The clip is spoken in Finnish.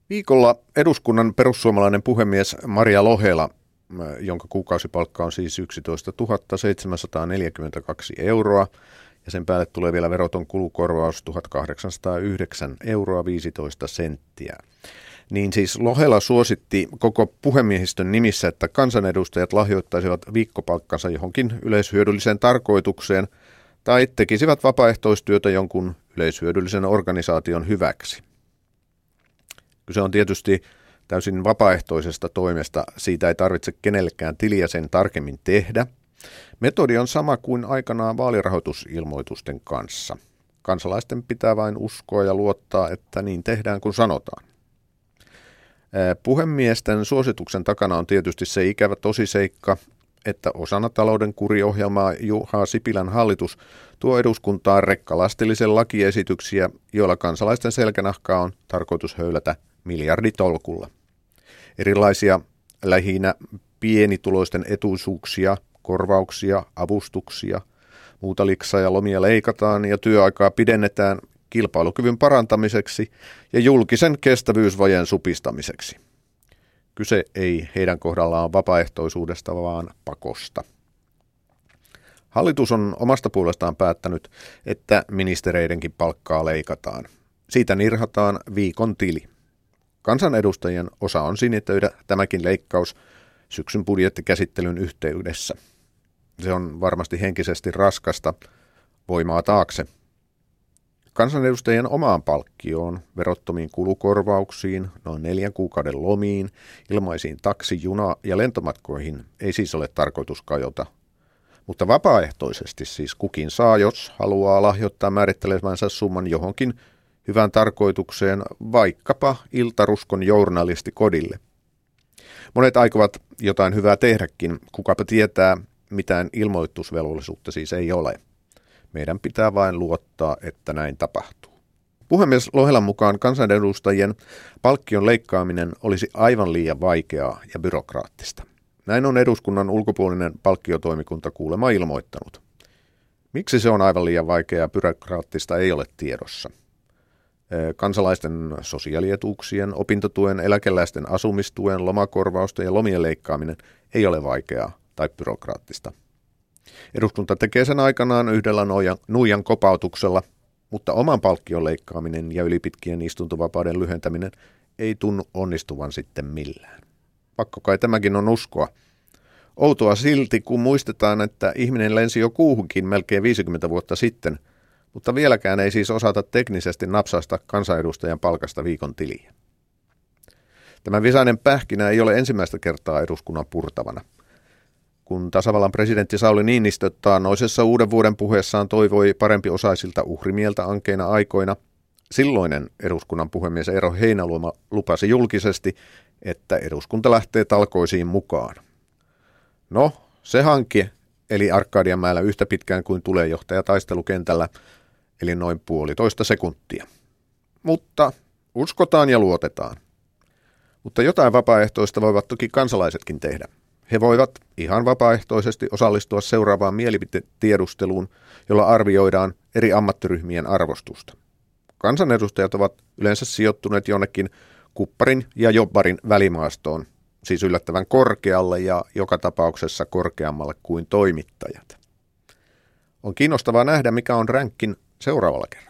Viikolla eduskunnan perussuomalainen puhemies Maria Lohela, jonka kuukausipalkka on siis 11 742 euroa, ja sen päälle tulee vielä veroton kulukorvaus 1 809 euroa 15 senttiä. Niin siis Lohela suositti koko puhemiehistön nimissä, että kansanedustajat lahjoittaisivat viikkopalkkansa johonkin yleishyödylliseen tarkoitukseen tai tekisivät vapaaehtoistyötä jonkun yleishyödyllisen organisaation hyväksi. Kyse on tietysti täysin vapaaehtoisesta toimesta, siitä ei tarvitse kenellekään tiliä sen tarkemmin tehdä. Metodi on sama kuin aikanaan vaalirahoitusilmoitusten kanssa. Kansalaisten pitää vain uskoa ja luottaa, että niin tehdään kun sanotaan. Puhemiesten suosituksen takana on tietysti se ikävä tosiseikka, että osana talouden kuriohjelmaa Juha Sipilän hallitus tuo eduskuntaan rekkalastillisen lakiesityksiä, joilla kansalaisten selkänahkaa on tarkoitus höylätä miljarditolkulla. Erilaisia lähinnä pienituloisten etuisuuksia, korvauksia, avustuksia, muuta liksaa ja lomia leikataan ja työaikaa pidennetään kilpailukyvyn parantamiseksi ja julkisen kestävyysvajeen supistamiseksi. Kyse ei heidän kohdallaan vapaaehtoisuudesta, vaan pakosta. Hallitus on omasta puolestaan päättänyt, että ministereidenkin palkkaa leikataan. Siitä nirhataan viikon tili. Kansanedustajien osa on sinetöidä tämäkin leikkaus syksyn budjettikäsittelyn yhteydessä. Se on varmasti henkisesti raskasta, voimaa taakse. Kansanedustajien omaan palkkioon, verottomiin kulukorvauksiin, noin 4 kuukauden lomiin, ilmaisiin taksi-, juna- ja lentomatkoihin ei siis ole tarkoitus kajota. Mutta vapaaehtoisesti siis kukin saa, jos haluaa lahjoittaa määrittelemänsä summan johonkin hyvään tarkoitukseen, vaikkapa Iltaruskon journalistikodille. Monet aikovat jotain hyvää tehdäkin, kukapa tietää, mitään ilmoitusvelvollisuutta siis ei ole. Meidän pitää vain luottaa, että näin tapahtuu. Puhemies Lohelan mukaan kansanedustajien palkkion leikkaaminen olisi aivan liian vaikeaa ja byrokraattista. Näin on eduskunnan ulkopuolinen palkkiotoimikunta kuulemma ilmoittanut. Miksi se on aivan liian vaikeaa ja byrokraattista ei ole tiedossa. Kansalaisten sosiaalietuuksien, opintotuen, eläkeläisten asumistuen, lomakorvausten ja lomien leikkaaminen ei ole vaikeaa tai byrokraattista. Eduskunta tekee sen aikanaan yhdellä nuijan kopautuksella, mutta oman palkkion leikkaaminen ja ylipitkien istuntovapauden lyhentäminen ei tunnu onnistuvan sitten millään. Pakko kai tämäkin on uskoa. Outoa silti, kun muistetaan, että ihminen lensi jo kuuhunkin melkein 50 vuotta sitten, mutta vieläkään ei siis osata teknisesti napsaista kansanedustajan palkasta viikon tiliä. Tämä visainen pähkinä ei ole ensimmäistä kertaa eduskunnan purtavana. Kun tasavallan presidentti Sauli Niinistö taannoisessa uuden vuoden puheessaan toivoi parempiosaisilta uhrimieltä ankeina aikoina, silloinen eduskunnan puhemies Eero Heinäluoma lupasi julkisesti, että eduskunta lähtee talkoisiin mukaan. No, se hanke eli Arkadianmäellä yhtä pitkään kuin tulejohtaja taistelukentällä, eli noin 1,5 sekuntia. Mutta uskotaan ja luotetaan. Mutta jotain vapaaehtoista voivat toki kansalaisetkin tehdä. He voivat ihan vapaaehtoisesti osallistua seuraavaan mielipidetiedusteluun, jolla arvioidaan eri ammattiryhmien arvostusta. Kansanedustajat ovat yleensä sijoittuneet jonnekin kupparin ja jobbarin välimaastoon, siis yllättävän korkealle ja joka tapauksessa korkeammalle kuin toimittajat. On kiinnostavaa nähdä, mikä on ränkkin seuraavalla kerralla.